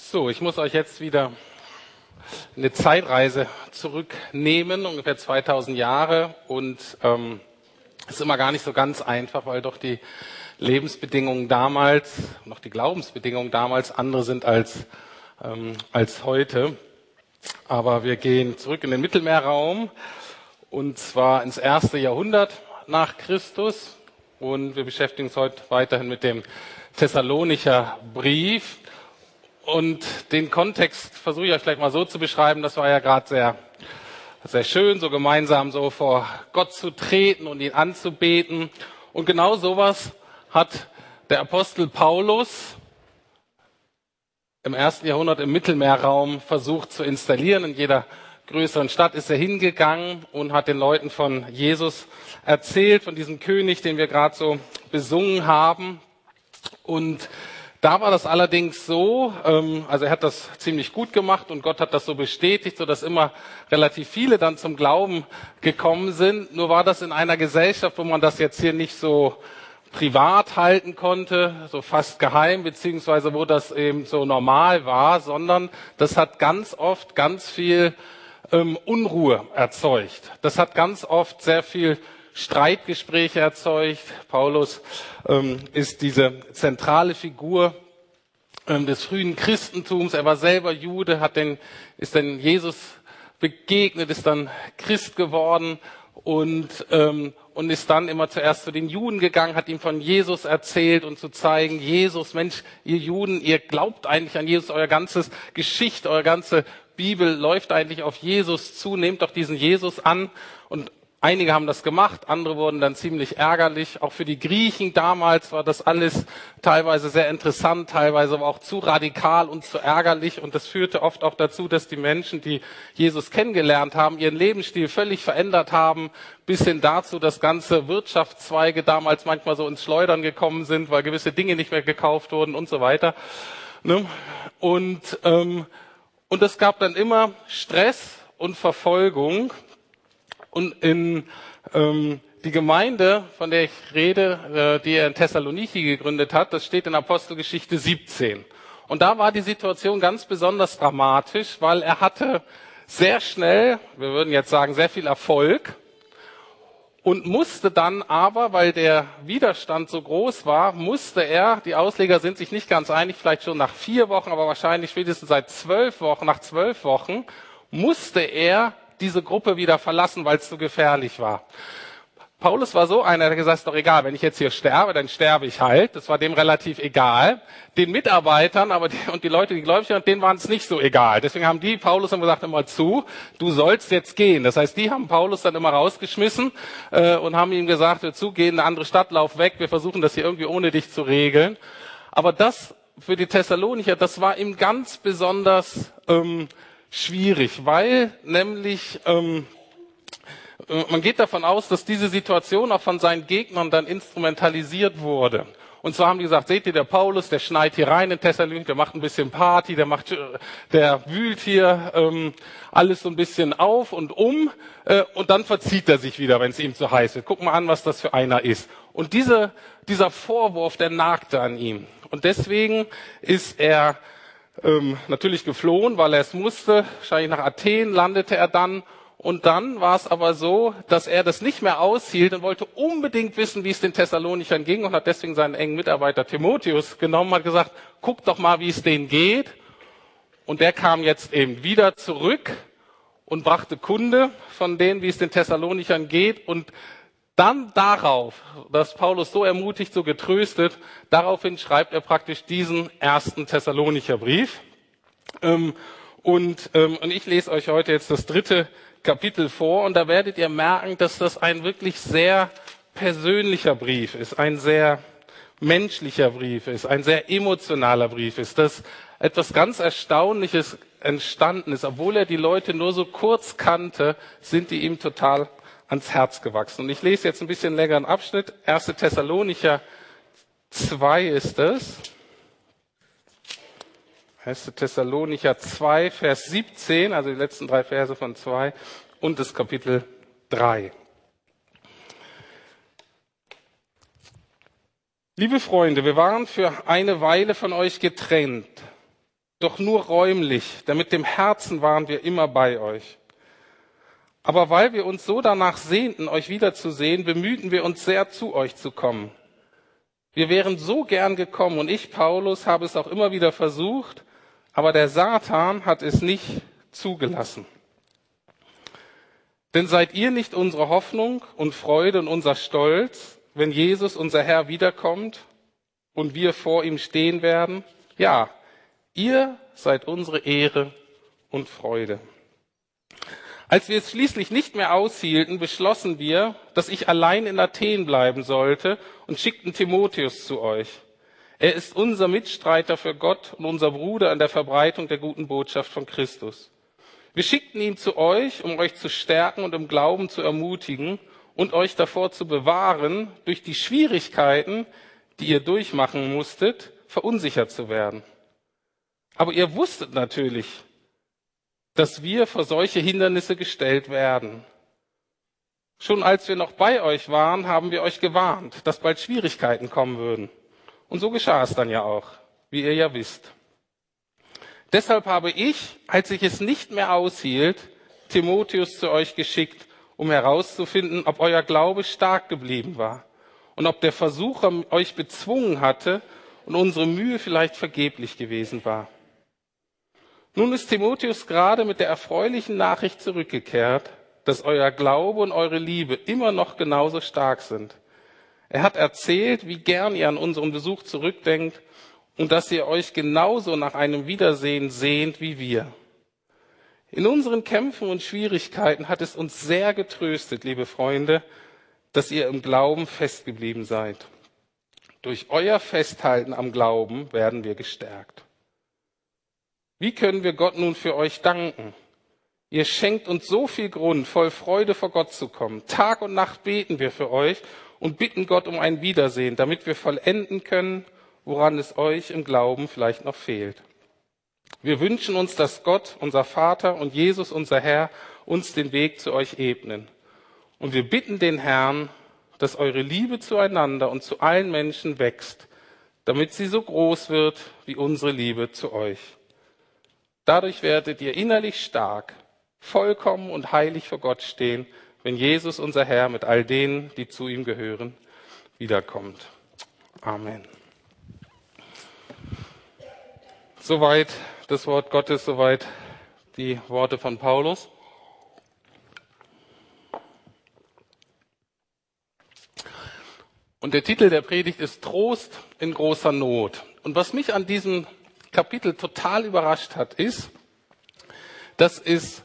So, ich muss euch jetzt wieder eine Zeitreise zurücknehmen, ungefähr 2000 Jahre. Und ist immer gar nicht so ganz einfach, weil doch die Lebensbedingungen damals, noch die Glaubensbedingungen damals andere sind als heute. Aber wir gehen zurück in den Mittelmeerraum und zwar ins 1. Jahrhundert nach Christus. Und wir beschäftigen uns heute weiterhin mit dem Thessalonicher Brief. Und den Kontext versuche ich euch vielleicht mal so zu beschreiben. Das war ja gerade sehr, sehr schön, so gemeinsam so vor Gott zu treten und ihn anzubeten. Und genau sowas hat der Apostel Paulus im 1. Jahrhundert im Mittelmeerraum versucht zu installieren. In jeder größeren Stadt ist er hingegangen und hat den Leuten von Jesus erzählt, von diesem König, den wir gerade so besungen haben. Und da war das allerdings so, also er hat das ziemlich gut gemacht und Gott hat das so bestätigt, sodass immer relativ viele dann zum Glauben gekommen sind. Nur war das in einer Gesellschaft, wo man das jetzt hier nicht so privat halten konnte, so fast geheim, beziehungsweise wo das eben so normal war, sondern das hat ganz oft ganz viel Unruhe erzeugt. Das hat ganz oft sehr viel Streitgespräche erzeugt. Paulus ist diese zentrale Figur des frühen Christentums. Er war selber Jude, ist dann Jesus begegnet, ist dann Christ geworden und ist dann immer zuerst zu den Juden gegangen, hat ihm von Jesus erzählt und zu zeigen, Jesus, Mensch, ihr Juden, ihr glaubt eigentlich an Jesus, euer ganzes Geschichte, eure ganze Bibel läuft eigentlich auf Jesus zu, nehmt doch diesen Jesus an. Und einige haben das gemacht, andere wurden dann ziemlich ärgerlich. Auch für die Griechen damals war das alles teilweise sehr interessant, teilweise aber auch zu radikal und zu ärgerlich. Und das führte oft auch dazu, dass die Menschen, die Jesus kennengelernt haben, ihren Lebensstil völlig verändert haben, bis hin dazu, dass ganze Wirtschaftszweige damals manchmal so ins Schleudern gekommen sind, weil gewisse Dinge nicht mehr gekauft wurden und so weiter. Und es gab dann immer Stress und Verfolgung. Und die Gemeinde, von der ich rede, die er in Thessaloniki gegründet hat, das steht in Apostelgeschichte 17. Und da war die Situation ganz besonders dramatisch, weil er hatte sehr schnell, wir würden jetzt sagen, sehr viel Erfolg und musste dann aber, weil der Widerstand so groß war, die Ausleger sind sich nicht ganz einig, vielleicht schon nach 4 Wochen, aber wahrscheinlich spätestens nach 12 Wochen, musste er diese Gruppe wieder verlassen, weil es zu gefährlich war. Paulus war so einer, der gesagt hat, ist doch egal, wenn ich jetzt hier sterbe, dann sterbe ich halt. Das war dem relativ egal. Den Mitarbeitern und die Leute, die gläubig waren, denen waren es nicht so egal. Deswegen haben die Paulus dann gesagt, immer zu, du sollst jetzt gehen. Das heißt, die haben Paulus dann immer rausgeschmissen und haben ihm gesagt, hör zu, geh in eine andere Stadt, lauf weg, wir versuchen das hier irgendwie ohne dich zu regeln. Aber das für die Thessalonicher, das war ihm ganz besonders schwierig, weil nämlich man geht davon aus, dass diese Situation auch von seinen Gegnern dann instrumentalisiert wurde. Und zwar haben die gesagt, seht ihr, der Paulus, der schneit hier rein in Thessaloniki, der macht ein bisschen Party, der wühlt hier alles so ein bisschen auf und und dann verzieht er sich wieder, wenn es ihm zu heiß wird. Guck mal an, was das für einer ist. Und dieser Vorwurf, der nagte an ihm. Und deswegen ist er natürlich geflohen, weil er es musste. Wahrscheinlich nach Athen landete er dann. Und dann war es aber so, dass er das nicht mehr aushielt und wollte unbedingt wissen, wie es den Thessalonichern ging und hat deswegen seinen engen Mitarbeiter Timotheus genommen, hat gesagt, guck doch mal, wie es denen geht. Und der kam jetzt eben wieder zurück und brachte Kunde von denen, wie es den Thessalonichern geht. Und dann darauf, dass Paulus so ermutigt, so getröstet, daraufhin schreibt er praktisch diesen 1. Thessalonicher Brief. Und ich lese euch heute jetzt das 3. Kapitel vor und da werdet ihr merken, dass das ein wirklich sehr persönlicher Brief ist, ein sehr menschlicher Brief ist, ein sehr emotionaler Brief ist, dass etwas ganz Erstaunliches entstanden ist. Obwohl er die Leute nur so kurz kannte, sind die ihm total ans Herz gewachsen. Und ich lese jetzt ein bisschen längeren Abschnitt. 1. Thessalonicher 2 ist es. 1. Thessalonicher 2, Vers 17, also die letzten 3 Verse von 2 und das Kapitel 3. Liebe Freunde, wir waren für eine Weile von euch getrennt. doch nur räumlich, denn mit dem Herzen waren wir immer bei euch. Aber weil wir uns so danach sehnten, euch wiederzusehen, bemühten wir uns sehr, zu euch zu kommen. Wir wären so gern gekommen und ich, Paulus, habe es auch immer wieder versucht, aber der Satan hat es nicht zugelassen. Denn seid ihr nicht unsere Hoffnung und Freude und unser Stolz, wenn Jesus, unser Herr, wiederkommt und wir vor ihm stehen werden? Ja, ihr seid unsere Ehre und Freude. Als wir es schließlich nicht mehr aushielten, beschlossen wir, dass ich allein in Athen bleiben sollte und schickten Timotheus zu euch. Er ist unser Mitstreiter für Gott und unser Bruder an der Verbreitung der guten Botschaft von Christus. Wir schickten ihn zu euch, um euch zu stärken und im Glauben zu ermutigen und euch davor zu bewahren, durch die Schwierigkeiten, die ihr durchmachen musstet, verunsichert zu werden. Aber ihr wusstet natürlich, dass wir vor solche Hindernisse gestellt werden. Schon als wir noch bei euch waren, haben wir euch gewarnt, dass bald Schwierigkeiten kommen würden. Und so geschah es dann ja auch, wie ihr ja wisst. Deshalb habe ich, als ich es nicht mehr aushielt, Timotheus zu euch geschickt, um herauszufinden, ob euer Glaube stark geblieben war und ob der Versucher euch bezwungen hatte und unsere Mühe vielleicht vergeblich gewesen war. Nun ist Timotheus gerade mit der erfreulichen Nachricht zurückgekehrt, dass euer Glaube und eure Liebe immer noch genauso stark sind. Er hat erzählt, wie gern ihr an unseren Besuch zurückdenkt und dass ihr euch genauso nach einem Wiedersehen sehnt wie wir. In unseren Kämpfen und Schwierigkeiten hat es uns sehr getröstet, liebe Freunde, dass ihr im Glauben festgeblieben seid. Durch euer Festhalten am Glauben werden wir gestärkt. Wie können wir Gott nun für euch danken? Ihr schenkt uns so viel Grund, voll Freude vor Gott zu kommen. Tag und Nacht beten wir für euch und bitten Gott um ein Wiedersehen, damit wir vollenden können, woran es euch im Glauben vielleicht noch fehlt. Wir wünschen uns, dass Gott, unser Vater und Jesus, unser Herr, uns den Weg zu euch ebnen. Und wir bitten den Herrn, dass eure Liebe zueinander und zu allen Menschen wächst, damit sie so groß wird wie unsere Liebe zu euch. Dadurch werdet ihr innerlich stark, vollkommen und heilig vor Gott stehen, wenn Jesus, unser Herr, mit all denen, die zu ihm gehören, wiederkommt. Amen. Soweit das Wort Gottes, soweit die Worte von Paulus. Und der Titel der Predigt ist Trost in großer Not. Und was mich an diesem Kapitel total überrascht hat, ist, das ist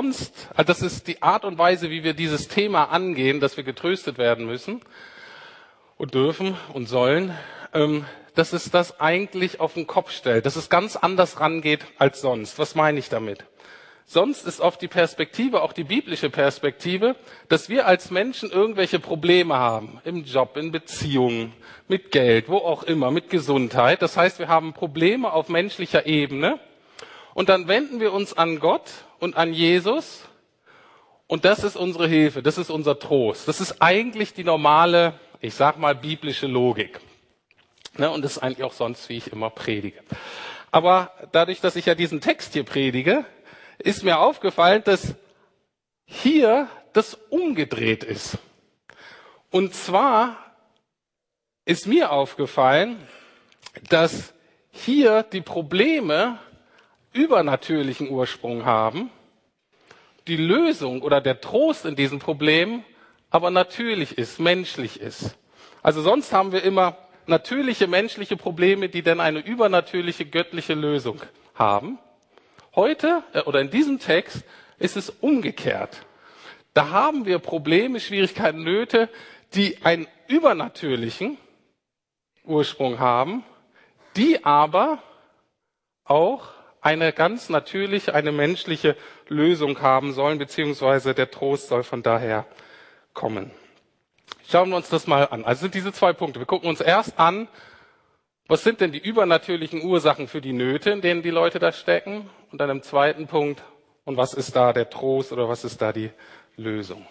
die Art und Weise, wie wir dieses Thema angehen, dass wir getröstet werden müssen und dürfen und sollen, dass es das eigentlich auf den Kopf stellt, dass es ganz anders rangeht als sonst. Was meine ich damit? Sonst ist oft die Perspektive, auch die biblische Perspektive, dass wir als Menschen irgendwelche Probleme haben, im Job, in Beziehungen, mit Geld, wo auch immer, mit Gesundheit. Das heißt, wir haben Probleme auf menschlicher Ebene und dann wenden wir uns an Gott und an Jesus und das ist unsere Hilfe, das ist unser Trost. Das ist eigentlich die normale, ich sag mal, biblische Logik. Und das ist eigentlich auch sonst, wie ich immer predige. Aber dadurch, dass ich ja diesen Text hier predige, ist mir aufgefallen, dass hier das umgedreht ist. Und zwar ist mir aufgefallen, dass hier die Probleme übernatürlichen Ursprung haben, die Lösung oder der Trost in diesen Problemen aber natürlich ist, menschlich ist. Also sonst haben wir immer natürliche menschliche Probleme, die dann eine übernatürliche göttliche Lösung haben. Heute oder in diesem Text ist es umgekehrt. Da haben wir Probleme, Schwierigkeiten, Nöte, die einen übernatürlichen Ursprung haben, die aber auch eine ganz natürliche, eine menschliche Lösung haben sollen, beziehungsweise der Trost soll von daher kommen. Schauen wir uns das mal an. Also sind diese zwei Punkte. Wir gucken uns erst an, was sind denn die übernatürlichen Ursachen für die Nöte, in denen die Leute da stecken? Und dann im zweiten Punkt, und was ist da der Trost oder was ist da die Lösung?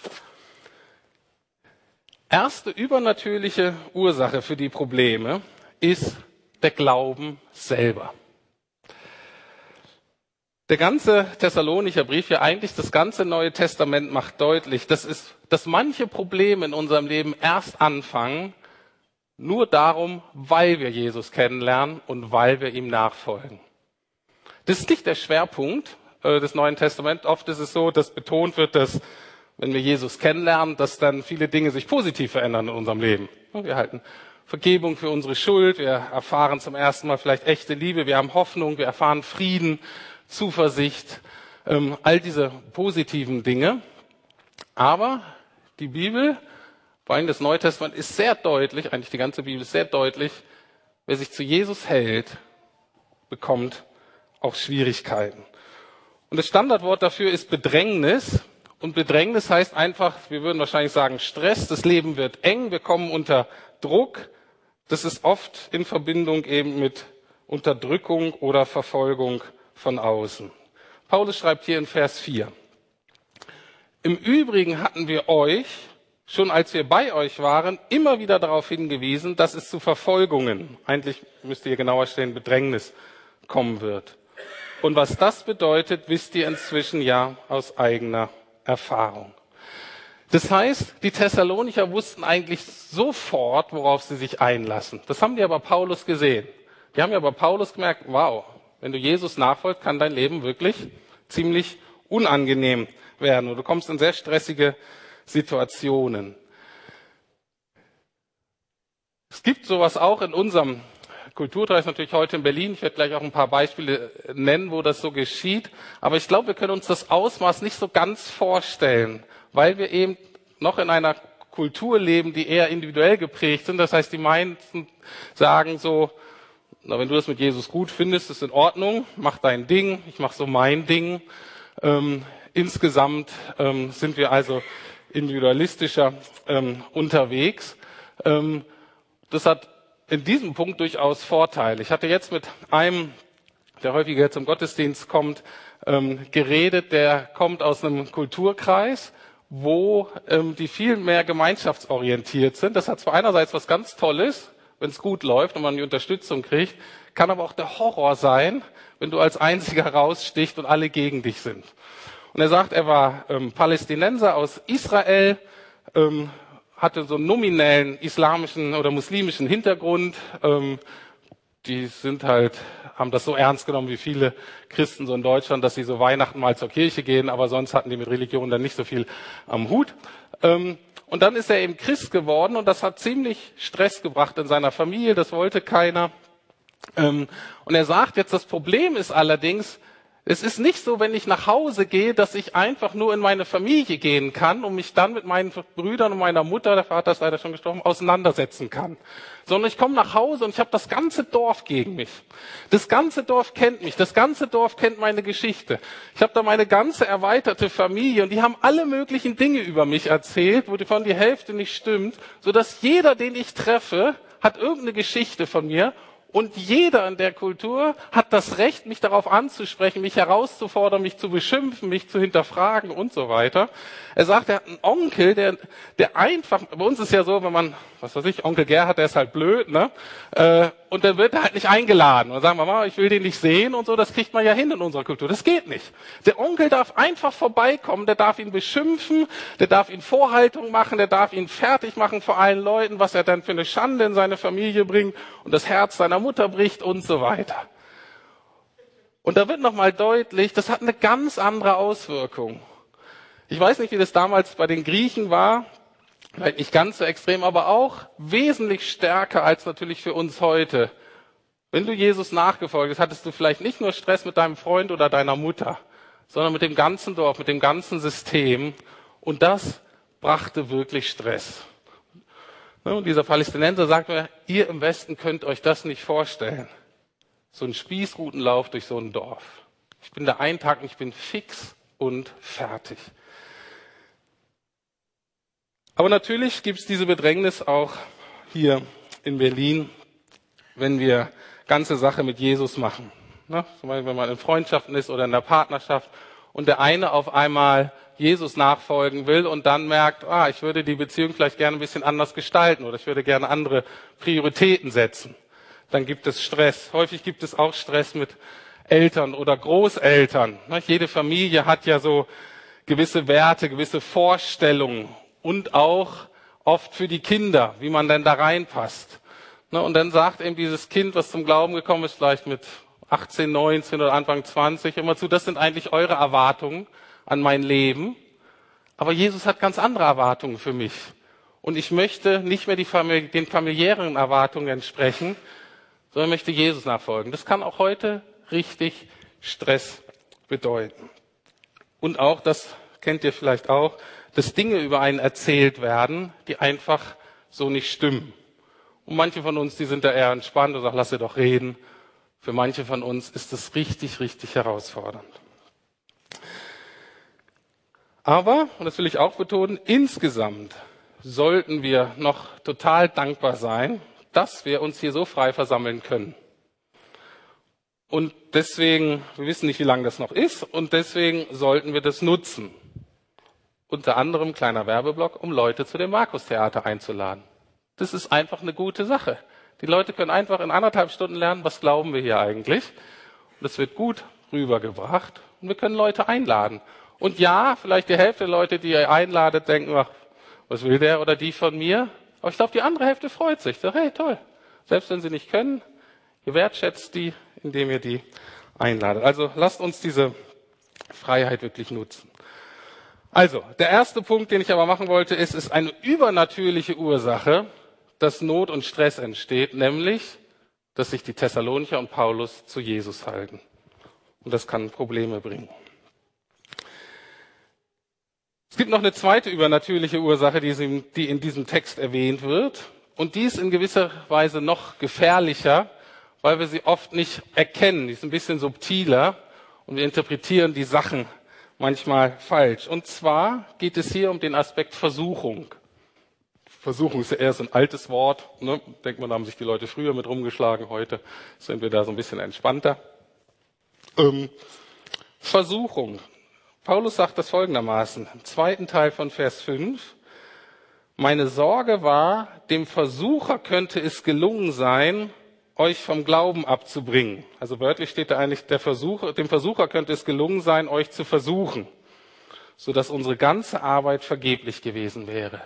Erste übernatürliche Ursache für die Probleme ist der Glauben selber. Der ganze Thessalonicher Brief, ja eigentlich das ganze Neue Testament macht deutlich, dass manche Probleme in unserem Leben erst anfangen, nur darum, weil wir Jesus kennenlernen und weil wir ihm nachfolgen. Das ist nicht der Schwerpunkt des Neuen Testaments. Oft ist es so, dass betont wird, dass wenn wir Jesus kennenlernen, dass dann viele Dinge sich positiv verändern in unserem Leben. Wir erhalten Vergebung für unsere Schuld, wir erfahren zum ersten Mal vielleicht echte Liebe, wir haben Hoffnung, wir erfahren Frieden, Zuversicht, all diese positiven Dinge. Aber die Bibel, vor allem das Neue Testament, ist sehr deutlich, eigentlich die ganze Bibel ist sehr deutlich, wer sich zu Jesus hält, bekommt auch Schwierigkeiten. Und das Standardwort dafür ist Bedrängnis. Und Bedrängnis heißt einfach, wir würden wahrscheinlich sagen Stress, das Leben wird eng, wir kommen unter Druck. Das ist oft in Verbindung eben mit Unterdrückung oder Verfolgung von außen. Paulus schreibt hier in Vers 4. Im Übrigen hatten wir euch, schon als wir bei euch waren, immer wieder darauf hingewiesen, dass es zu Verfolgungen, eigentlich müsst ihr genauer stehen, Bedrängnis kommen wird. Und was das bedeutet, wisst ihr inzwischen ja aus eigener Erfahrung. Das heißt, die Thessalonicher wussten eigentlich sofort, worauf sie sich einlassen. Das haben die aber Paulus gesehen. Die haben ja bei Paulus gemerkt, wow, wenn du Jesus nachfolgst, kann dein Leben wirklich ziemlich unangenehm werden und du kommst in sehr stressige Situationen. Es gibt sowas auch in unserem Kulturkreis, natürlich heute in Berlin. Ich werde gleich auch ein paar Beispiele nennen, wo das so geschieht. Aber ich glaube, wir können uns das Ausmaß nicht so ganz vorstellen, weil wir eben noch in einer Kultur leben, die eher individuell geprägt sind. Das heißt, die meisten sagen so, na, wenn du das mit Jesus gut findest, ist in Ordnung, mach dein Ding, ich mach so mein Ding. Insgesamt sind wir also individualistischer unterwegs. Das hat in diesem Punkt durchaus Vorteile. Ich hatte jetzt mit einem, der häufiger zum Gottesdienst kommt, geredet, der kommt aus einem Kulturkreis, wo die viel mehr gemeinschaftsorientiert sind. Das hat zwar einerseits was ganz Tolles, wenn es gut läuft und man die Unterstützung kriegt, kann aber auch der Horror sein, wenn du als Einziger rausstichst und alle gegen dich sind. Und er sagt, er war Palästinenser aus Israel, hatte so einen nominellen islamischen oder muslimischen Hintergrund. Die sind halt, haben das so ernst genommen wie viele Christen so in Deutschland, dass sie so Weihnachten mal zur Kirche gehen, aber sonst hatten die mit Religion dann nicht so viel am Hut. Und dann ist er eben Christ geworden und das hat ziemlich Stress gebracht in seiner Familie, das wollte keiner. Und er sagt jetzt, das Problem ist allerdings, es ist nicht so, wenn ich nach Hause gehe, dass ich einfach nur in meine Familie gehen kann und mich dann mit meinen Brüdern und meiner Mutter, der Vater ist leider schon gestorben, auseinandersetzen kann. Sondern ich komme nach Hause und ich habe das ganze Dorf gegen mich. Das ganze Dorf kennt mich, das ganze Dorf kennt meine Geschichte. Ich habe da meine ganze erweiterte Familie und die haben alle möglichen Dinge über mich erzählt, wovon die Hälfte nicht stimmt, sodass jeder, den ich treffe, hat irgendeine Geschichte von mir. Und jeder in der Kultur hat das Recht, mich darauf anzusprechen, mich herauszufordern, mich zu beschimpfen, mich zu hinterfragen und so weiter. Er sagt, er hat einen Onkel, der einfach, bei uns ist ja so, wenn man, was weiß ich, Onkel Gerhard, der ist halt blöd, ne? Und dann wird er halt nicht eingeladen. Und dann sagen wir mal, ich will den nicht sehen und so, das kriegt man ja hin in unserer Kultur. Das geht nicht. Der Onkel darf einfach vorbeikommen, der darf ihn beschimpfen, der darf ihn Vorhaltung machen, der darf ihn fertig machen vor allen Leuten, was er dann für eine Schande in seine Familie bringt und das Herz seiner Mutter bricht und so weiter. Und da wird nochmal deutlich, das hat eine ganz andere Auswirkung. Ich weiß nicht, wie das damals bei den Griechen war, vielleicht nicht ganz so extrem, aber auch wesentlich stärker als natürlich für uns heute. Wenn du Jesus nachgefolgt hast, hattest du vielleicht nicht nur Stress mit deinem Freund oder deiner Mutter, sondern mit dem ganzen Dorf, mit dem ganzen System. Und das brachte wirklich Stress. Und dieser Palästinenser sagt mir, ihr im Westen könnt euch das nicht vorstellen. So ein Spießrutenlauf durch so ein Dorf. Ich bin da einen Tag und ich bin fix und fertig. Aber natürlich gibt es diese Bedrängnis auch hier in Berlin, wenn wir ganze Sache mit Jesus machen. Ne? Zum Beispiel, wenn man in Freundschaften ist oder in der Partnerschaft und der eine auf einmal Jesus nachfolgen will und dann merkt, ich würde die Beziehung vielleicht gerne ein bisschen anders gestalten oder ich würde gerne andere Prioritäten setzen. dann gibt es Stress. Häufig gibt es auch Stress mit Eltern oder Großeltern. Jede Familie hat ja so gewisse Werte, gewisse Vorstellungen und auch oft für die Kinder, wie man denn da reinpasst. Und dann sagt eben dieses Kind, was zum Glauben gekommen ist, vielleicht mit 18, 19 oder Anfang 20, immer zu, das sind eigentlich eure Erwartungen an mein Leben. Aber Jesus hat ganz andere Erwartungen für mich. Und ich möchte nicht mehr den familiären Erwartungen entsprechen, sondern möchte Jesus nachfolgen. Das kann auch heute richtig Stress bedeuten. Und auch, das kennt ihr vielleicht auch, dass Dinge über einen erzählt werden, die einfach so nicht stimmen. Und manche von uns, die sind da eher entspannt und sagen, lass sie doch reden. Für manche von uns ist das richtig, richtig herausfordernd. Aber, und das will ich auch betonen, insgesamt sollten wir noch total dankbar sein, dass wir uns hier so frei versammeln können. Und deswegen, wir wissen nicht, wie lange das noch ist, und deswegen sollten wir das nutzen. Unter anderem, kleiner Werbeblock, um Leute zu dem Markus-Theater einzuladen. Das ist einfach eine gute Sache. Die Leute können einfach in 1,5 Stunden lernen, was glauben wir hier eigentlich. Und es wird gut rübergebracht und wir können Leute einladen. Und ja, vielleicht die Hälfte der Leute, die ihr einladet, denken, ach, was will der oder die von mir? Aber ich glaube, die andere Hälfte freut sich. Sagt, hey, toll. Selbst wenn sie nicht können, ihr wertschätzt die, indem ihr die einladet. Also lasst uns diese Freiheit wirklich nutzen. Also, der erste Punkt, den ich aber machen wollte, ist eine übernatürliche Ursache, dass Not und Stress entsteht, nämlich, dass sich die Thessalonicher und Paulus zu Jesus halten. Und das kann Probleme bringen. Es gibt noch eine zweite übernatürliche Ursache, die in diesem Text erwähnt wird. Und die ist in gewisser Weise noch gefährlicher, weil wir sie oft nicht erkennen. Die ist ein bisschen subtiler und wir interpretieren die Sachen manchmal falsch. Und zwar geht es hier um den Aspekt Versuchung. Versuchung ist ja eher so ein altes Wort. Ne? Denkt man, da haben sich die Leute früher mit rumgeschlagen. Heute sind wir da so ein bisschen entspannter. Versuchung. Paulus sagt das folgendermaßen, im 2. Teil von Vers 5. Meine Sorge war, dem Versucher könnte es gelungen sein, euch vom Glauben abzubringen. Also wörtlich steht da eigentlich, dem Versucher könnte es gelungen sein, euch zu versuchen, sodass unsere ganze Arbeit vergeblich gewesen wäre.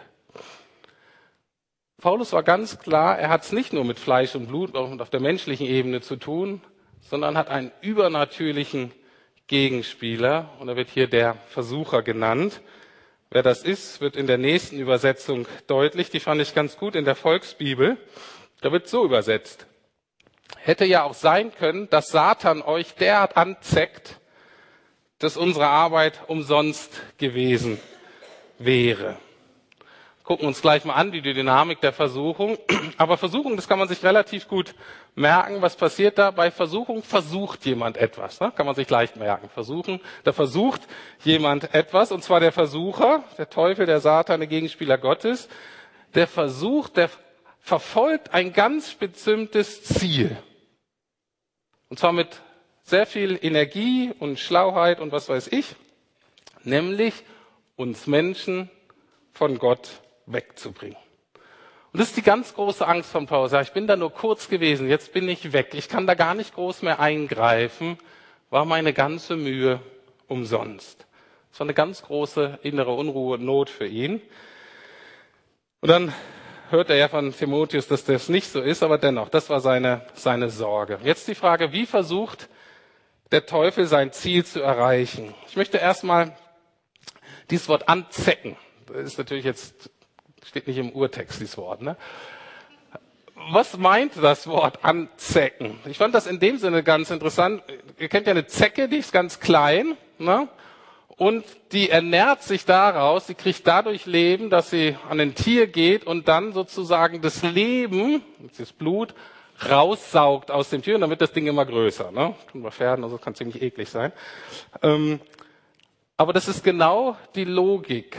Paulus war ganz klar, er hat es nicht nur mit Fleisch und Blut und auf der menschlichen Ebene zu tun, sondern hat einen übernatürlichen Gegenspieler, und er wird hier der Versucher genannt. Wer das ist, wird in der nächsten Übersetzung deutlich. Die fand ich ganz gut in der Volksbibel. Da wird so übersetzt. Hätte ja auch sein können, dass Satan euch derart anzeckt, dass unsere Arbeit umsonst gewesen wäre. Gucken uns gleich mal an, die Dynamik der Versuchung. Aber Versuchung, das kann man sich relativ gut merken. Was passiert da? Bei Versuchung versucht jemand etwas. Ne? Kann man sich leicht merken. Versuchen, da versucht jemand etwas. Und zwar der Versucher, der Teufel, der Satan, der Gegenspieler Gottes. Der versucht, der verfolgt ein ganz bestimmtes Ziel. Und zwar mit sehr viel Energie und Schlauheit und was weiß ich. Nämlich uns Menschen von Gott wegzubringen. Und das ist die ganz große Angst von Paulus. Ja, ich bin da nur kurz gewesen, jetzt bin ich weg. Ich kann da gar nicht groß mehr eingreifen. War meine ganze Mühe umsonst. Das war eine ganz große innere Unruhe und Not für ihn. Und dann hört er ja von Timotheus, dass das nicht so ist, aber dennoch, das war seine Sorge. Jetzt die Frage, wie versucht der Teufel sein Ziel zu erreichen? Ich möchte erstmal dieses Wort anzecken. Das ist natürlich jetzt, steht nicht im Urtext, dieses Wort, ne? Was meint das Wort anzecken? Ich fand das in dem Sinne ganz interessant. Ihr kennt ja eine Zecke, die ist ganz klein, ne? Und die ernährt sich daraus, sie kriegt dadurch Leben, dass sie an ein Tier geht und dann sozusagen das Leben, das Blut, raussaugt aus dem Tier und dann wird das Ding immer größer. Ne? Bei Pferden, also kann ziemlich eklig sein. Aber das ist genau die Logik.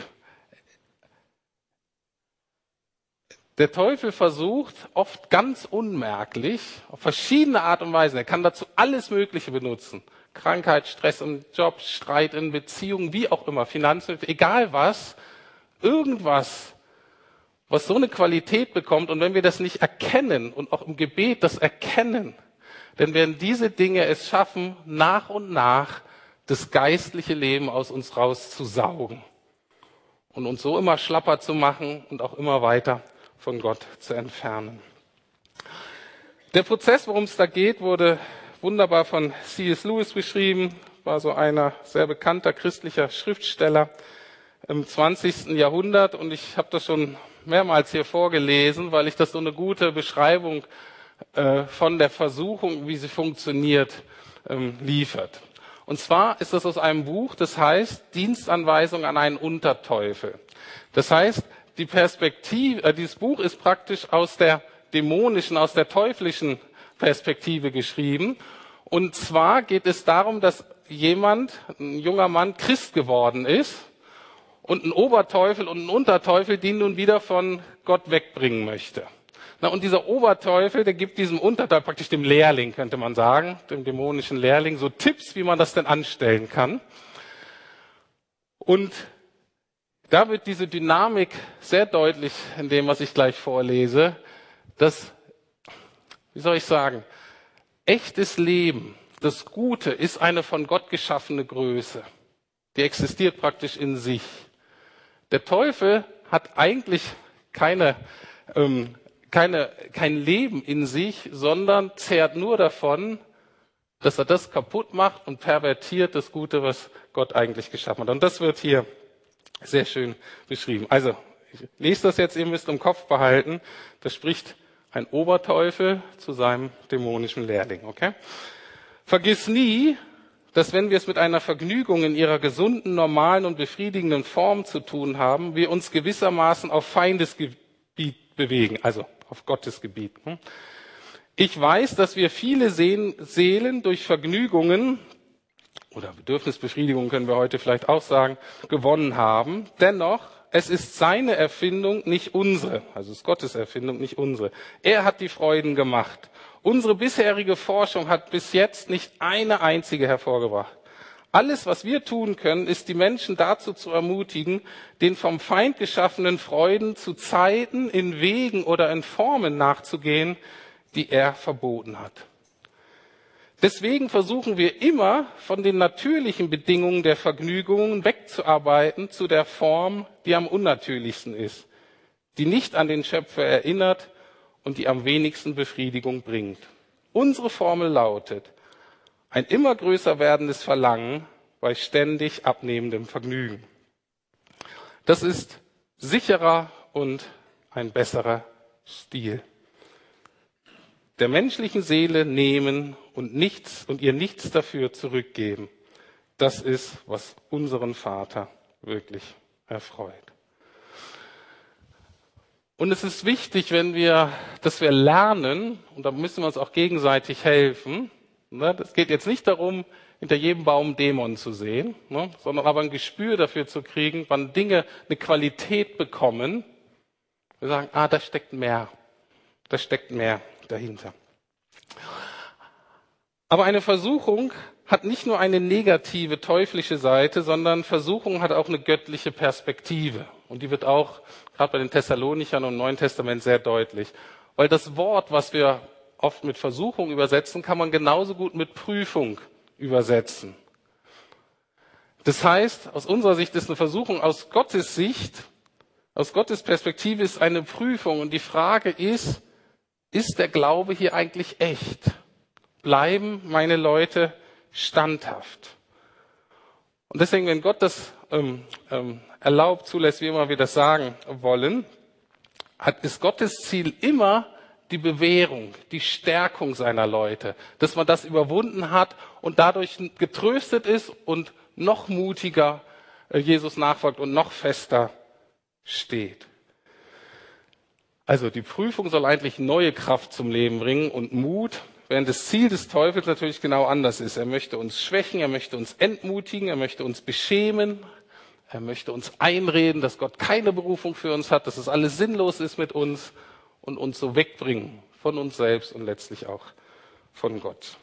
Der Teufel versucht oft ganz unmerklich, auf verschiedene Art und Weise, er kann dazu alles Mögliche benutzen. Krankheit, Stress im Job, Streit in Beziehungen, wie auch immer, Finanzen, egal was, irgendwas, was so eine Qualität bekommt. Und wenn wir das nicht erkennen und auch im Gebet das erkennen, dann werden diese Dinge es schaffen, nach und nach das geistliche Leben aus uns rauszusaugen und uns so immer schlapper zu machen und auch immer weiter von Gott zu entfernen. Der Prozess, worum es da geht, wurde wunderbar von C.S. Lewis beschrieben, war so einer sehr bekannter christlicher Schriftsteller im 20. Jahrhundert, und ich habe das schon mehrmals hier vorgelesen, weil ich das so eine gute Beschreibung von der Versuchung, wie sie funktioniert, liefert. Und zwar ist das aus einem Buch, das heißt Dienstanweisung an einen Unterteufel. Das heißt, die Perspektive, dieses Buch ist praktisch aus der dämonischen, aus der teuflischen Perspektive geschrieben. Und zwar geht es darum, dass jemand, ein junger Mann, Christ geworden ist und ein Oberteufel und ein Unterteufel, die ihn nun wieder von Gott wegbringen möchte. Na, und dieser Oberteufel, der gibt diesem Unterteufel, praktisch dem Lehrling, könnte man sagen, dem dämonischen Lehrling, so Tipps, wie man das denn anstellen kann. Und da wird diese Dynamik sehr deutlich in dem, was ich gleich vorlese, dass, wie soll ich sagen, echtes Leben, das Gute, ist eine von Gott geschaffene Größe. Die existiert praktisch in sich. Der Teufel hat eigentlich kein Leben in sich, sondern zehrt nur davon, dass er das kaputt macht und pervertiert das Gute, was Gott eigentlich geschaffen hat. Und das wird hier sehr schön beschrieben. Also, ich lese das jetzt, ihr müsst im Kopf behalten, da spricht ein Oberteufel zu seinem dämonischen Lehrling, okay? Vergiss nie, dass wenn wir es mit einer Vergnügung in ihrer gesunden, normalen und befriedigenden Form zu tun haben, wir uns gewissermaßen auf Feindesgebiet bewegen, also auf Gottes Gebiet. Ich weiß, dass wir viele Seelen durch Vergnügungen oder Bedürfnisbefriedigung können wir heute vielleicht auch sagen, gewonnen haben. Dennoch, es ist seine Erfindung, nicht unsere. Also es ist Gottes Erfindung, nicht unsere. Er hat die Freuden gemacht. Unsere bisherige Forschung hat bis jetzt nicht eine einzige hervorgebracht. Alles, was wir tun können, ist, die Menschen dazu zu ermutigen, den vom Feind geschaffenen Freuden zu Zeiten, in Wegen oder in Formen nachzugehen, die er verboten hat. Deswegen versuchen wir immer, von den natürlichen Bedingungen der Vergnügungen wegzuarbeiten zu der Form, die am unnatürlichsten ist, die nicht an den Schöpfer erinnert und die am wenigsten Befriedigung bringt. Unsere Formel lautet: ein immer größer werdendes Verlangen bei ständig abnehmendem Vergnügen. Das ist sicherer und ein besserer Stil. Der menschlichen Seele nehmen und ihr nichts dafür zurückgeben. Das ist, was unseren Vater wirklich erfreut. Und es ist wichtig, dass wir lernen, und da müssen wir uns auch gegenseitig helfen. Es geht jetzt nicht darum, hinter jedem Baum einen Dämon zu sehen, sondern aber ein Gespür dafür zu kriegen, wann Dinge eine Qualität bekommen. Wir sagen, da steckt mehr dahinter. Aber eine Versuchung hat nicht nur eine negative, teuflische Seite, sondern Versuchung hat auch eine göttliche Perspektive. Und die wird auch gerade bei den Thessalonichern und im Neuen Testament sehr deutlich. Weil das Wort, was wir oft mit Versuchung übersetzen, kann man genauso gut mit Prüfung übersetzen. Das heißt, aus unserer Sicht ist eine Versuchung, aus Gottes Sicht, aus Gottes Perspektive ist eine Prüfung. Und die Frage ist der Glaube hier eigentlich echt? Bleiben meine Leute standhaft? Und deswegen, wenn Gott das erlaubt, zulässt, wie immer wir das sagen wollen, ist Gottes Ziel immer die Bewährung, die Stärkung seiner Leute, dass man das überwunden hat und dadurch getröstet ist und noch mutiger Jesus nachfolgt und noch fester steht. Also die Prüfung soll eigentlich neue Kraft zum Leben bringen und Mut, während das Ziel des Teufels natürlich genau anders ist. Er möchte uns schwächen, er möchte uns entmutigen, er möchte uns beschämen, er möchte uns einreden, dass Gott keine Berufung für uns hat, dass es alles sinnlos ist mit uns und uns so wegbringen von uns selbst und letztlich auch von Gott.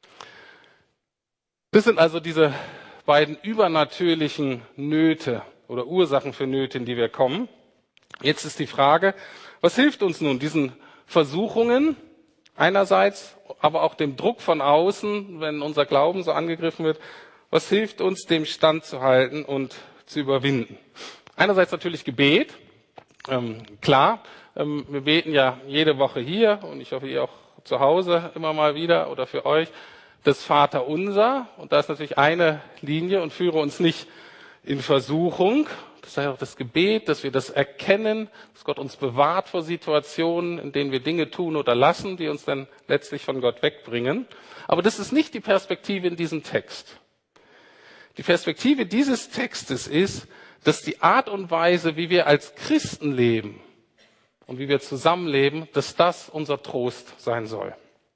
Das sind also diese beiden übernatürlichen Nöte oder Ursachen für Nöte, in die wir kommen. Jetzt ist die Frage, was hilft uns nun diesen Versuchungen einerseits, aber auch dem Druck von außen, wenn unser Glauben so angegriffen wird, was hilft uns, dem standzuhalten und zu überwinden? Einerseits natürlich Gebet, klar, wir beten ja jede Woche hier und ich hoffe, ihr auch zu Hause immer mal wieder oder für euch, das Vaterunser. Und da ist natürlich eine Linie und führe uns nicht in Versuchung. Das ist auch das Gebet, dass wir das erkennen, dass Gott uns bewahrt vor Situationen, in denen wir Dinge tun oder lassen, die uns dann letztlich von Gott wegbringen. Aber das ist nicht die Perspektive in diesem Text. Die Perspektive dieses Textes ist, dass die Art und Weise, wie wir als Christen leben und wie wir zusammenleben, dass das unser Trost sein soll.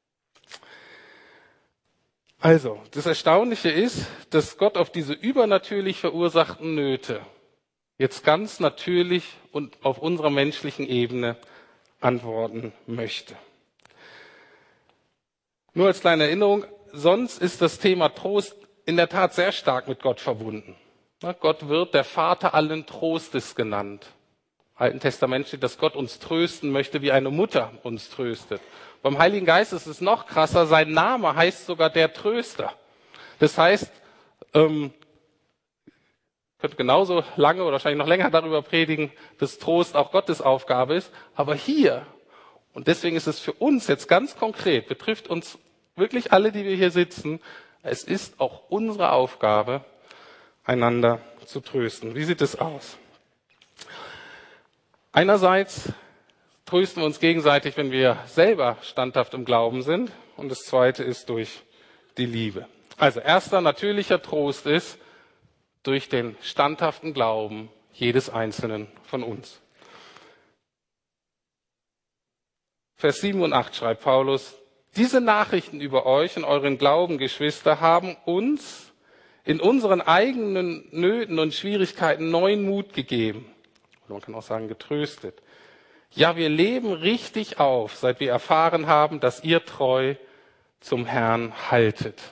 Also, das Erstaunliche ist, dass Gott auf diese übernatürlich verursachten Nöte jetzt ganz natürlich und auf unserer menschlichen Ebene antworten möchte. Nur als kleine Erinnerung, sonst ist das Thema Trost in der Tat sehr stark mit Gott verbunden. Gott wird der Vater allen Trostes genannt. Im Alten Testament steht, dass Gott uns trösten möchte, wie eine Mutter uns tröstet. Beim Heiligen Geist ist es noch krasser, sein Name heißt sogar der Tröster. Das heißt, könnte genauso lange oder wahrscheinlich noch länger darüber predigen, dass Trost auch Gottes Aufgabe ist. Aber hier, und deswegen ist es für uns jetzt ganz konkret, betrifft uns wirklich alle, die wir hier sitzen, es ist auch unsere Aufgabe, einander zu trösten. Wie sieht es aus? Einerseits trösten wir uns gegenseitig, wenn wir selber standhaft im Glauben sind. Und das Zweite ist durch die Liebe. Also erster natürlicher Trost ist durch den standhaften Glauben jedes Einzelnen von uns. Vers 7 und 8 schreibt Paulus, diese Nachrichten über euch und euren Glauben, Geschwister, haben uns in unseren eigenen Nöten und Schwierigkeiten neuen Mut gegeben. Oder man kann auch sagen, getröstet. Ja, wir leben richtig auf, seit wir erfahren haben, dass ihr treu zum Herrn haltet.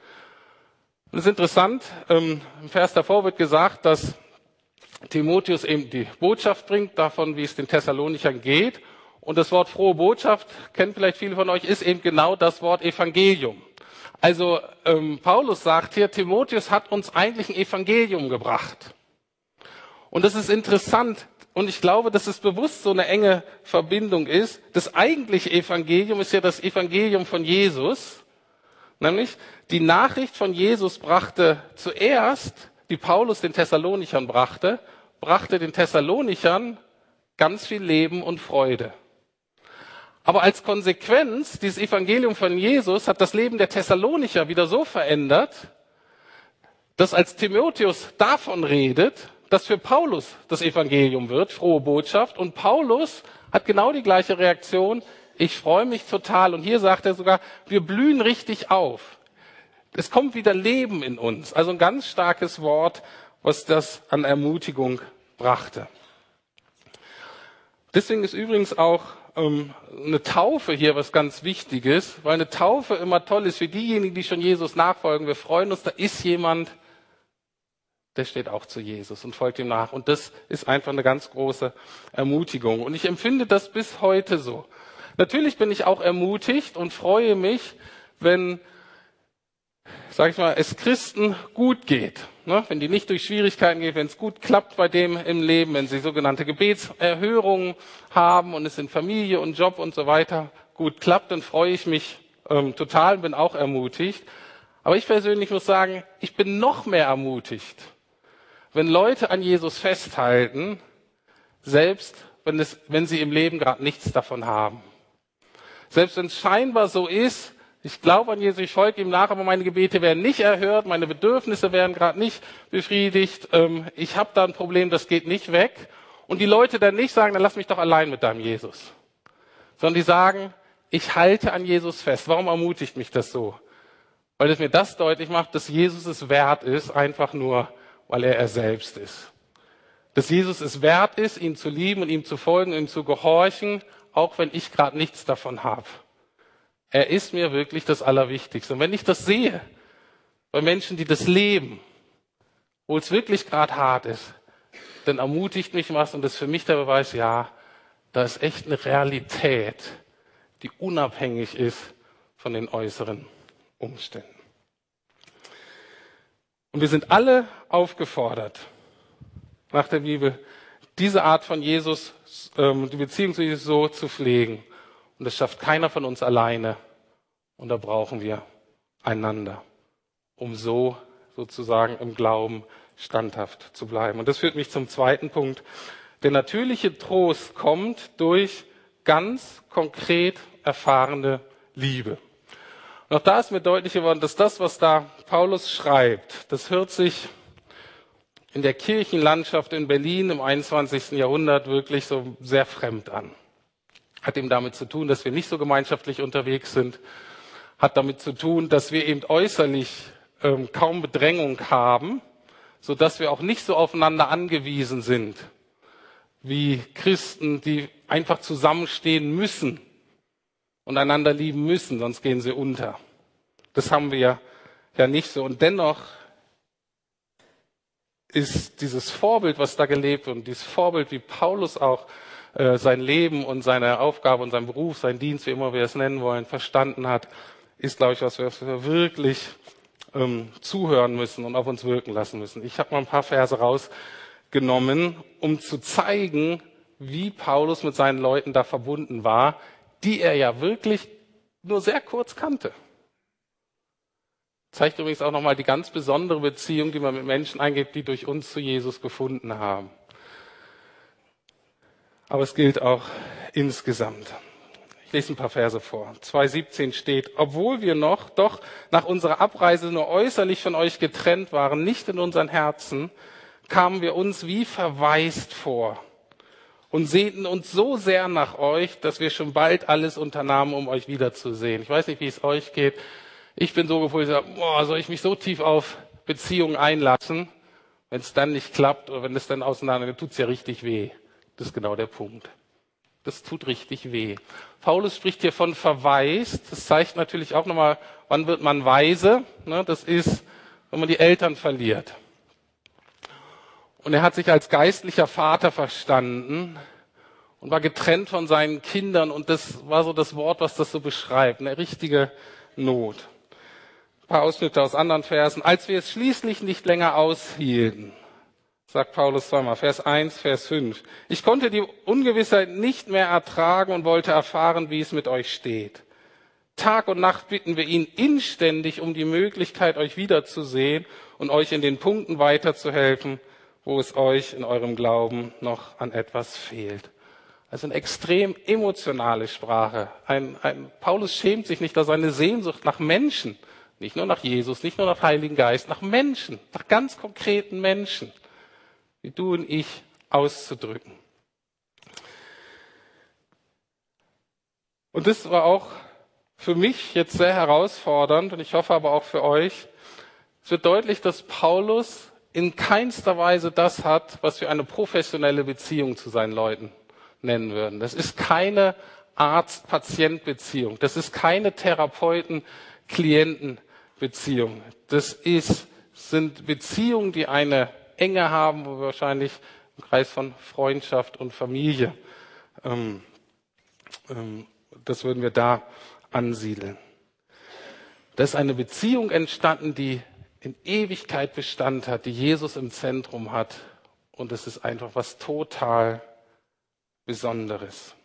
Und es ist interessant, im Vers davor wird gesagt, dass Timotheus eben die Botschaft bringt, davon, wie es den Thessalonichern geht. Und das Wort frohe Botschaft, kennen vielleicht viele von euch, ist eben genau das Wort Evangelium. Also Paulus sagt hier, Timotheus hat uns eigentlich ein Evangelium gebracht. Und das ist interessant. Und ich glaube, dass es bewusst so eine enge Verbindung ist. Das eigentliche Evangelium ist ja das Evangelium von Jesus. Nämlich die Nachricht von Jesus brachte zuerst, die Paulus den Thessalonichern brachte den Thessalonichern ganz viel Leben und Freude. Aber als Konsequenz, dieses Evangelium von Jesus hat das Leben der Thessalonicher wieder so verändert, dass als Timotheus davon redet, dass für Paulus das Evangelium wird, frohe Botschaft. Und Paulus hat genau die gleiche Reaktion. Ich freue mich total. Und hier sagt er sogar, wir blühen richtig auf. Es kommt wieder Leben in uns. Also ein ganz starkes Wort, was das an Ermutigung brachte. Deswegen ist übrigens auch eine Taufe hier was ganz Wichtiges, weil eine Taufe immer toll ist für diejenigen, die schon Jesus nachfolgen. Wir freuen uns, da ist jemand, der steht auch zu Jesus und folgt ihm nach. Und das ist einfach eine ganz große Ermutigung. Und ich empfinde das bis heute so. Natürlich bin ich auch ermutigt und freue mich, wenn, sag ich mal, es Christen gut geht. Ne? Wenn die nicht durch Schwierigkeiten gehen, wenn es gut klappt bei dem im Leben, wenn sie sogenannte Gebetserhörungen haben und es in Familie und Job und so weiter gut klappt, dann freue ich mich total und bin auch ermutigt. Aber ich persönlich muss sagen, ich bin noch mehr ermutigt, wenn Leute an Jesus festhalten, selbst wenn sie im Leben gerade nichts davon haben. Selbst wenn es scheinbar so ist, ich glaube an Jesus, ich folge ihm nach, aber meine Gebete werden nicht erhört, meine Bedürfnisse werden gerade nicht befriedigt, ich habe da ein Problem, das geht nicht weg. Und die Leute dann nicht sagen, dann lass mich doch allein mit deinem Jesus. Sondern die sagen, ich halte an Jesus fest. Warum ermutigt mich das so? Weil es mir das deutlich macht, dass Jesus es wert ist, einfach nur, weil er selbst ist. Dass Jesus es wert ist, ihn zu lieben und ihm zu folgen, ihm zu gehorchen, auch wenn ich gerade nichts davon habe. Er ist mir wirklich das Allerwichtigste. Und wenn ich das sehe, bei Menschen, die das leben, wo es wirklich gerade hart ist, dann ermutigt mich was und das ist für mich der Beweis, ja, da ist echt eine Realität, die unabhängig ist von den äußeren Umständen. Und wir sind alle aufgefordert, nach der Bibel, diese Art von Jesus, die Beziehung zu Jesus so zu pflegen. Und das schafft keiner von uns alleine. Und da brauchen wir einander, um so sozusagen im Glauben standhaft zu bleiben. Und das führt mich zum zweiten Punkt. Der natürliche Trost kommt durch ganz konkret erfahrene Liebe. Und auch da ist mir deutlich geworden, dass das, was da Paulus schreibt, das hört sich in der Kirchenlandschaft in Berlin im 21. Jahrhundert wirklich so sehr fremd an. Hat eben damit zu tun, dass wir nicht so gemeinschaftlich unterwegs sind, hat damit zu tun, dass wir eben äußerlich kaum Bedrängung haben, sodass wir auch nicht so aufeinander angewiesen sind wie Christen, die einfach zusammenstehen müssen und einander lieben müssen, sonst gehen sie unter. Das haben wir ja nicht so. Und dennoch ist dieses Vorbild, was da gelebt wird, und dieses Vorbild, wie Paulus auch sein Leben und seine Aufgabe und seinen Beruf, seinen Dienst, wie immer wir es nennen wollen, verstanden hat, ist, glaube ich, was wir wirklich zuhören müssen und auf uns wirken lassen müssen. Ich habe mal ein paar Verse rausgenommen, um zu zeigen, wie Paulus mit seinen Leuten da verbunden war, die er ja wirklich nur sehr kurz kannte. Zeigt übrigens auch nochmal die ganz besondere Beziehung, die man mit Menschen eingeht, die durch uns zu Jesus gefunden haben. Aber es gilt auch insgesamt. Ich lese ein paar Verse vor. 2,17 steht, obwohl wir doch nach unserer Abreise nur äußerlich von euch getrennt waren, nicht in unseren Herzen, kamen wir uns wie verwaist vor und sehnten uns so sehr nach euch, dass wir schon bald alles unternahmen, um euch wiederzusehen. Ich weiß nicht, wie es euch geht. Ich bin so gefühlt, soll ich mich so tief auf Beziehungen einlassen? Wenn es dann nicht klappt oder wenn es dann auseinander geht, tut es ja richtig weh. Das ist genau der Punkt. Das tut richtig weh. Paulus spricht hier von verwaist. Das zeigt natürlich auch nochmal, wann wird man weise? Das ist, wenn man die Eltern verliert. Und er hat sich als geistlicher Vater verstanden und war getrennt von seinen Kindern. Und das war so das Wort, was das so beschreibt. Eine richtige Not. Ein paar Ausschnitte aus anderen Versen. Als wir es schließlich nicht länger aushielten, sagt Paulus zweimal, Vers 1, Vers 5. Ich konnte die Ungewissheit nicht mehr ertragen und wollte erfahren, wie es mit euch steht. Tag und Nacht bitten wir ihn inständig um die Möglichkeit, euch wiederzusehen und euch in den Punkten weiterzuhelfen, wo es euch in eurem Glauben noch an etwas fehlt. Also eine extrem emotionale Sprache. Paulus schämt sich nicht, dass seine Sehnsucht nach Menschen, nicht nur nach Jesus, nicht nur nach Heiligen Geist, nach Menschen, nach ganz konkreten Menschen, wie du und ich, auszudrücken. Und das war auch für mich jetzt sehr herausfordernd und ich hoffe aber auch für euch. Es wird deutlich, dass Paulus in keinster Weise das hat, was wir eine professionelle Beziehung zu seinen Leuten nennen würden. Das ist keine Arzt-Patient-Beziehung. Das ist keine Therapeuten-Klienten-Beziehung. Das sind Beziehungen, die eine Enge haben, wo wir wahrscheinlich im Kreis von Freundschaft und Familie, das würden wir da ansiedeln. Da ist eine Beziehung entstanden, die in Ewigkeit Bestand hat, die Jesus im Zentrum hat. Und es ist einfach was total Besonderes.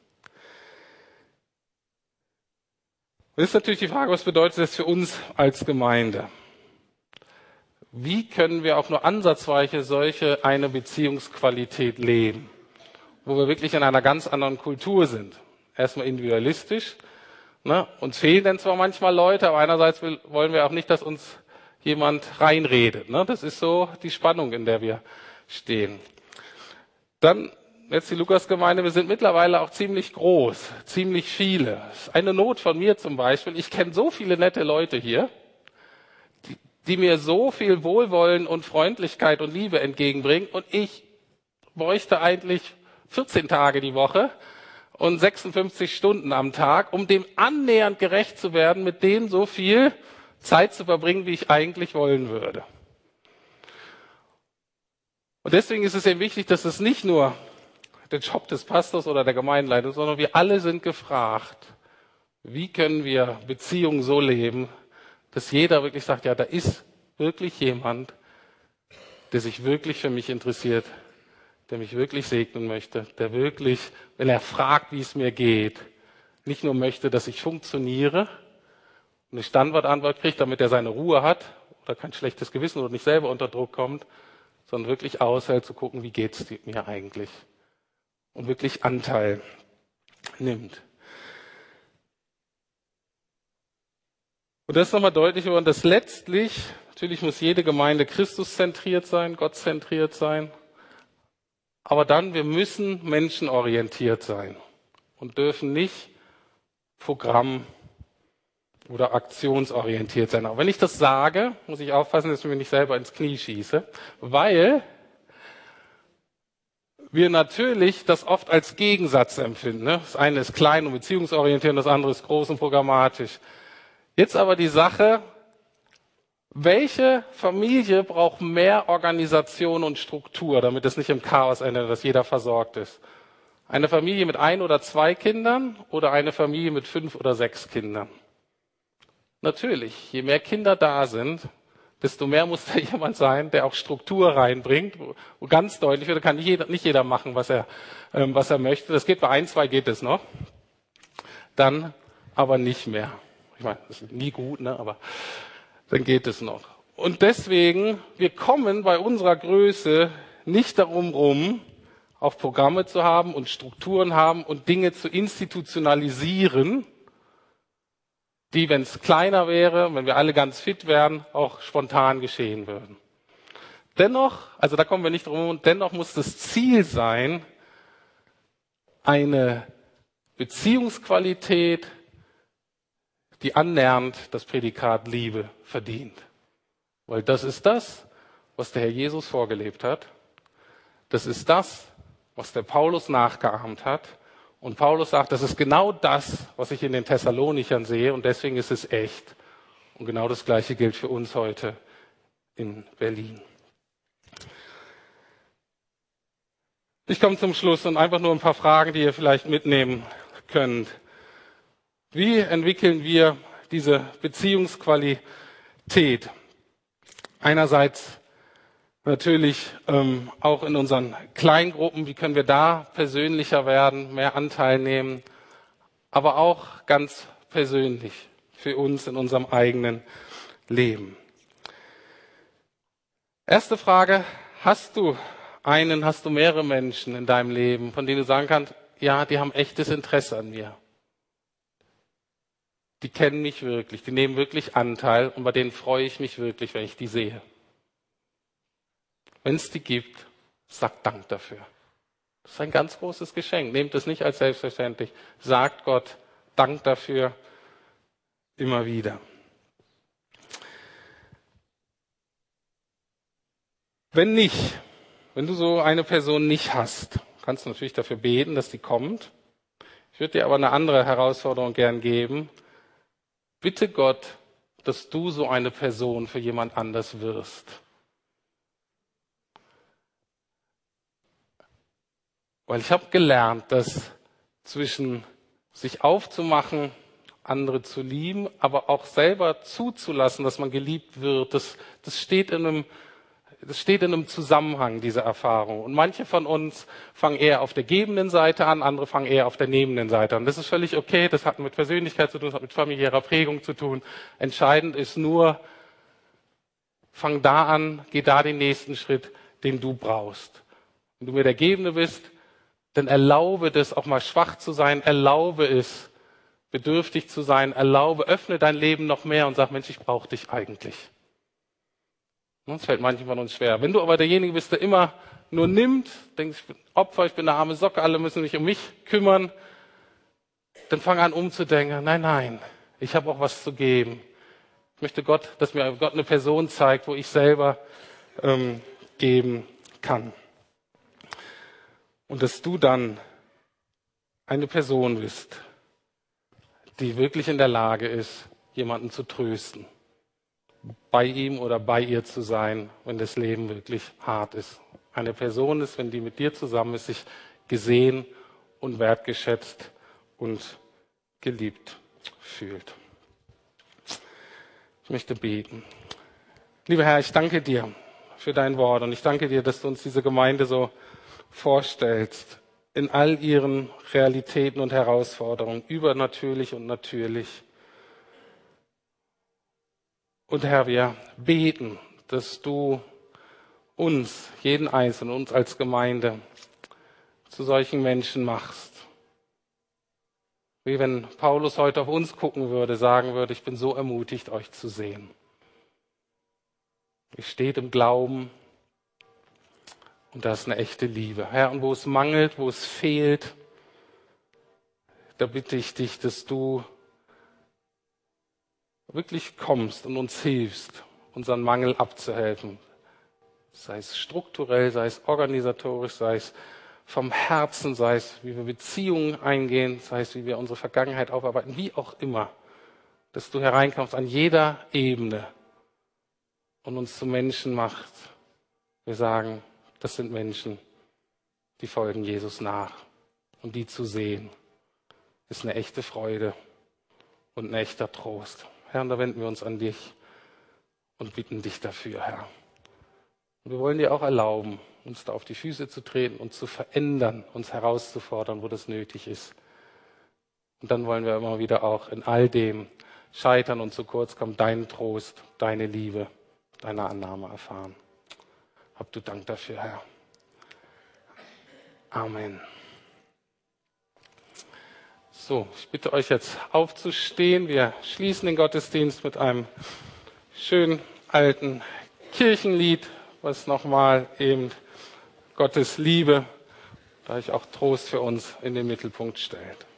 Und jetzt ist natürlich die Frage, was bedeutet das für uns als Gemeinde? Wie können wir auch nur ansatzweise solche eine Beziehungsqualität leben, wo wir wirklich in einer ganz anderen Kultur sind? Erstmal individualistisch. Uns fehlen dann zwar manchmal Leute, aber einerseits wollen wir auch nicht, dass uns jemand reinredet. Das ist so die Spannung, in der wir stehen. Dann jetzt die Lukasgemeinde, wir sind mittlerweile auch ziemlich groß, ziemlich viele. Das ist eine Not von mir zum Beispiel. Ich kenne so viele nette Leute hier, die mir so viel Wohlwollen und Freundlichkeit und Liebe entgegenbringen. Und ich bräuchte eigentlich 14 Tage die Woche und 56 Stunden am Tag, um dem annähernd gerecht zu werden, mit denen so viel Zeit zu verbringen, wie ich eigentlich wollen würde. Und deswegen ist es eben wichtig, dass es nicht nur der Job des Pastors oder der Gemeindeleitung, sondern wir alle sind gefragt, wie können wir Beziehungen so leben, dass jeder wirklich sagt, ja, da ist wirklich jemand, der sich wirklich für mich interessiert, der mich wirklich segnen möchte, der wirklich, wenn er fragt, wie es mir geht, nicht nur möchte, dass ich funktioniere und eine Standardantwort kriege, damit er seine Ruhe hat oder kein schlechtes Gewissen oder nicht selber unter Druck kommt, sondern wirklich aushält zu gucken, wie geht es mir eigentlich und wirklich Anteil nimmt. Und das ist nochmal deutlich geworden, dass letztlich, natürlich muss jede Gemeinde Christuszentriert sein, gottzentriert sein, aber dann, wir müssen menschenorientiert sein und dürfen nicht programm- oder aktionsorientiert sein. Auch wenn ich das sage, muss ich aufpassen, dass ich mir nicht selber ins Knie schieße, weil wir natürlich das oft als Gegensatz empfinden. Das eine ist klein und beziehungsorientiert und das andere ist groß und programmatisch. Jetzt aber die Sache, welche Familie braucht mehr Organisation und Struktur, damit es nicht im Chaos endet, dass jeder versorgt ist? Eine Familie mit 1 oder 2 Kindern oder eine Familie mit 5 oder 6 Kindern? Natürlich, je mehr Kinder da sind, desto mehr muss da jemand sein, der auch Struktur reinbringt. Wo ganz deutlich wird, kann nicht jeder machen, was er möchte. Das geht bei 1, 2 geht es noch. Dann aber nicht mehr. Ich meine, das ist nie gut, ne? Aber dann geht es noch. Und deswegen, wir kommen bei unserer Größe nicht darum rum, auch Programme zu haben und Strukturen haben und Dinge zu institutionalisieren, die, wenn es kleiner wäre, wenn wir alle ganz fit wären, auch spontan geschehen würden. Dennoch, also da kommen wir nicht drum herum, dennoch muss das Ziel sein, eine Beziehungsqualität, die annähernd das Prädikat Liebe verdient. Weil das ist das, was der Herr Jesus vorgelebt hat. Das ist das, was der Paulus nachgeahmt hat. Und Paulus sagt, das ist genau das, was ich in den Thessalonichern sehe und deswegen ist es echt. Und genau das Gleiche gilt für uns heute in Berlin. Ich komme zum Schluss und einfach nur ein paar Fragen, die ihr vielleicht mitnehmen könnt. Wie entwickeln wir diese Beziehungsqualität? Einerseits natürlich auch in unseren Kleingruppen, wie können wir da persönlicher werden, mehr Anteil nehmen, aber auch ganz persönlich für uns in unserem eigenen Leben. Erste Frage, hast du mehrere Menschen in deinem Leben, von denen du sagen kannst, ja, die haben echtes Interesse an mir. Die kennen mich wirklich, die nehmen wirklich Anteil und bei denen freue ich mich wirklich, wenn ich die sehe. Wenn es die gibt, sagt Dank dafür. Das ist ein ganz großes Geschenk. Nehmt es nicht als selbstverständlich. Sagt Gott Dank dafür immer wieder. Wenn du so eine Person nicht hast, kannst du natürlich dafür beten, dass die kommt. Ich würde dir aber eine andere Herausforderung gern geben. Bitte Gott, dass du so eine Person für jemand anders wirst. Weil ich habe gelernt, dass zwischen sich aufzumachen, andere zu lieben, aber auch selber zuzulassen, dass man geliebt wird, das steht in einem Zusammenhang, diese Erfahrung. Und manche von uns fangen eher auf der gebenden Seite an, andere fangen eher auf der nehmenden Seite an. Das ist völlig okay, das hat mit Persönlichkeit zu tun, das hat mit familiärer Prägung zu tun. Entscheidend ist nur, fang da an, geh da den nächsten Schritt, den du brauchst. Wenn du mir der Gebende bist, dann erlaube das, auch mal schwach zu sein, erlaube es, bedürftig zu sein, öffne dein Leben noch mehr und sag, Mensch, ich brauche dich eigentlich. Das fällt manchen von uns schwer. Wenn du aber derjenige bist, der immer nur nimmt, denkst, ich bin Opfer, ich bin eine arme Socke, alle müssen sich um mich kümmern, dann fang an umzudenken, nein, ich habe auch was zu geben. Ich möchte dass mir Gott eine Person zeigt, wo ich selber geben kann. Und dass du dann eine Person bist, die wirklich in der Lage ist, jemanden zu trösten, bei ihm oder bei ihr zu sein, wenn das Leben wirklich hart ist. eine Person ist, wenn die mit dir zusammen ist, sich gesehen und wertgeschätzt und geliebt fühlt. Ich möchte beten. Lieber Herr, ich danke dir für dein Wort und ich danke dir, dass du uns diese Gemeinde so vorstellst, in all ihren Realitäten und Herausforderungen, übernatürlich und natürlich. Und Herr, wir beten, dass du uns, jeden Einzelnen, uns als Gemeinde, zu solchen Menschen machst. Wie wenn Paulus heute auf uns gucken würde, sagen würde, ich bin so ermutigt, euch zu sehen. Ihr steht im Glauben und da ist eine echte Liebe. Herr, und wo es mangelt, wo es fehlt, da bitte ich dich, dass du wirklich kommst und uns hilfst, unseren Mangel abzuhelfen. Sei es strukturell, sei es organisatorisch, sei es vom Herzen, sei es, wie wir Beziehungen eingehen, sei es, wie wir unsere Vergangenheit aufarbeiten, wie auch immer, dass du hereinkommst an jeder Ebene und uns zu Menschen macht. Wir sagen, das sind Menschen, die folgen Jesus nach. Und die zu sehen, ist eine echte Freude und ein echter Trost. Herr, und da wenden wir uns an dich und bitten dich dafür, Herr. Und wir wollen dir auch erlauben, uns da auf die Füße zu treten und zu verändern, uns herauszufordern, wo das nötig ist. Und dann wollen wir immer wieder auch in all dem scheitern und zu kurz kommen, deinen Trost, deine Liebe, deine Annahme erfahren. Hab du Dank dafür, Herr. Amen. So, ich bitte euch jetzt aufzustehen. Wir schließen den Gottesdienst mit einem schönen alten Kirchenlied, was nochmal eben Gottes Liebe, da ich auch Trost für uns in den Mittelpunkt stellt.